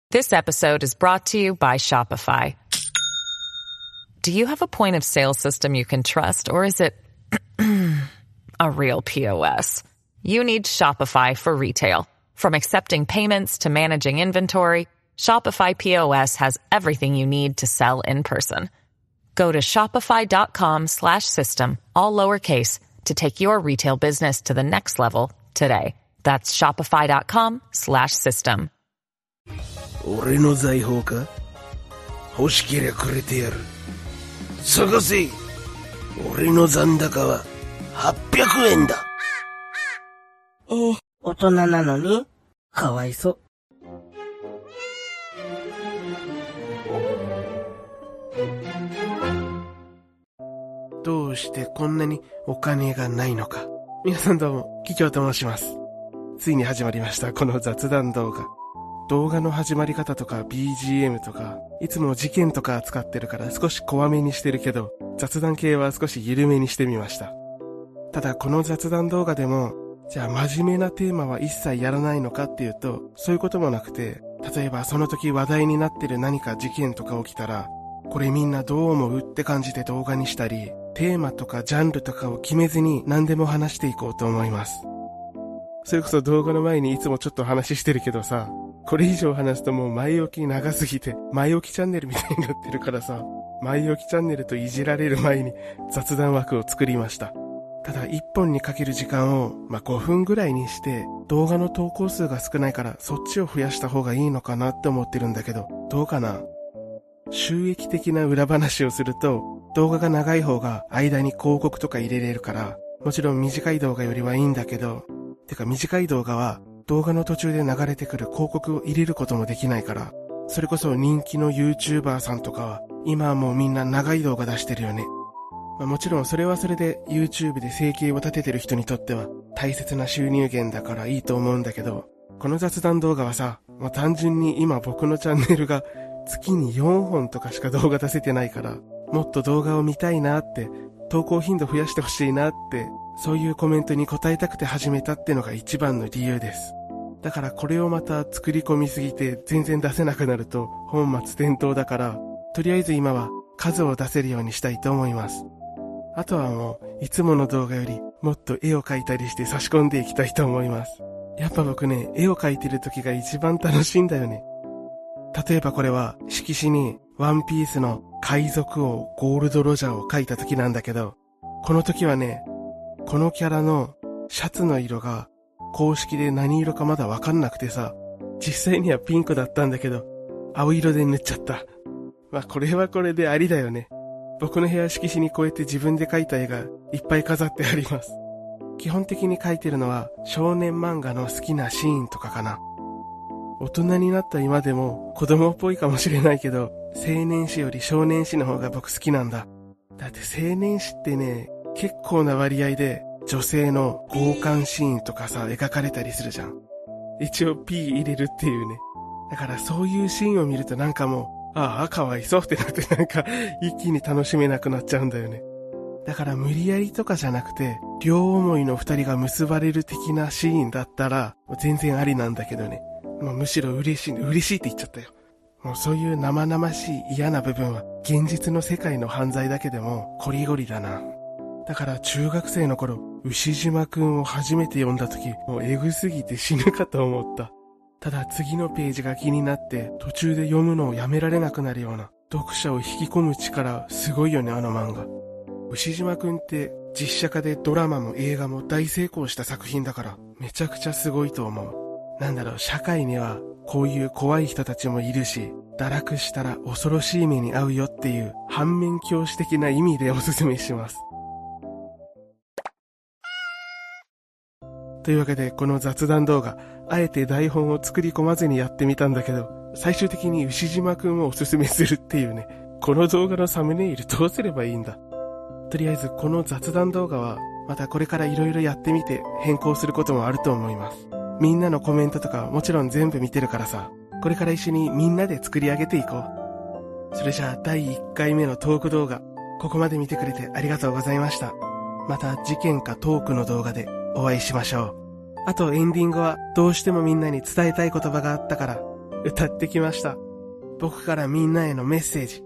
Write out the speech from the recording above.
This episode is brought to you by Shopify. Do you have a point of sale system you can trust, or is it a real POS? You need Shopify for retail. From accepting payments to managing inventory, Shopify POS has everything you need to sell in person. Go to shopify.com/system, all lowercase, to take your retail business to the next level today. That's shopify.com/system. 俺の財宝か？欲しけりゃくれてやる。探せ！俺の残高は800円だ。 大人なのにかわいそう。 どうしてこんなにお金がないのか。皆さんどうも、キキョウと申します。ついに始まりました、この雑談動画。動画の始まり方とか BGM とか、いつも事件とか使ってるから少し怖めにしてるけど、雑談系は少し緩めにしてみました。ただこの雑談動画でも、じゃあ真面目なテーマは一切やらないのかっていうと、そういうこともなくて、例えばその時話題になってる何か事件とか起きたら、これみんなどう思うって感じで動画にしたり、テーマとかジャンルとかを決めずに何でも話していこうと思います。それこそ動画の前にいつもちょっと話してるけどさ、これ以上話すともう前置き長すぎて、前置きチャンネルみたいになってるからさ、前置きチャンネルといじられる前に雑談枠を作りました。ただ1本にかける時間を5分ぐらいにして、動画の投稿数が少ないからそっちを増やした方がいいのかなって思ってるんだけど、どうかな？収益的な裏話をすると、動画が長い方が間に広告とか入れれるから、もちろん短い動画よりはいいんだけど、てか短い動画は動画の途中で流れてくる広告を入れることもできないから、それこそ人気の YouTuber さんとかは今はもうみんな長い動画出してるよね。もちろんそれはそれで YouTube で生計を立ててる人にとっては大切な収入源だからいいと思うんだけど、この雑談動画はさ、単純に今僕のチャンネルが月に4本とかしか動画出せてないから、もっと動画を見たいなって、投稿頻度増やしてほしいなって、そういうコメントに答えたくて始めたってのが一番の理由です。だからこれをまた作り込みすぎて全然出せなくなると本末転倒だから、とりあえず今は数を出せるようにしたいと思います。あとはもういつもの動画よりもっと絵を描いたりして差し込んでいきたいと思います。やっぱ僕ね、絵を描いてる時が一番楽しいんだよね。例えばこれは色紙にワンピースの海賊王ゴールドロジャーを描いた時なんだけど、この時はね、このキャラのシャツの色が公式で何色かまだわかんなくてさ、実際にはピンクだったんだけど、青色で塗っちゃった。これはこれでありだよね。僕の部屋色紙にこうやって自分で描いた絵がいっぱい飾ってあります。基本的に描いてるのは少年漫画の好きなシーンとかかな。大人になった今でも子供っぽいかもしれないけど、青年誌より少年誌の方が僕好きなんだ。だって青年誌ってね、結構な割合で女性の交換シーンとかさ、描かれたりするじゃん。一応 P 入れるっていうね。だからそういうシーンを見るとなんかもう、ああ、かわいそうってなってなんか一気に楽しめなくなっちゃうんだよね。だから無理やりとかじゃなくて、両思いの二人が結ばれる的なシーンだったら全然ありなんだけどね。もうむしろ嬉しいって言っちゃったよ。もうそういう生々しい嫌な部分は現実の世界の犯罪だけでもコリゴリだな。だから中学生の頃、牛島くんを初めて読んだ時、もうエグすぎて死ぬかと思った。ただ次のページが気になって途中で読むのをやめられなくなるような読者を引き込む力すごいよね、あの漫画。牛島くんって実写化でドラマも映画も大成功した作品だからめちゃくちゃすごいと思う。社会にはこういう怖い人たちもいるし、堕落したら恐ろしい目に遭うよっていう反面教師的な意味でおすすめします。というわけでこの雑談動画、あえて台本を作り込まずにやってみたんだけど、最終的に牛島くんをおすすめするっていうね。この動画のサムネイルどうすればいいんだ。とりあえずこの雑談動画はまたこれから色々やってみて変更することもあると思います。みんなのコメントとかもちろん全部見てるからさ、これから一緒にみんなで作り上げていこう。それじゃあ第1回目のトーク動画、ここまで見てくれてありがとうございました。また事件かトークの動画でお会いしましょう。あとエンディングはどうしてもみんなに伝えたい言葉があったから歌ってきました。僕からみんなへのメッセージ。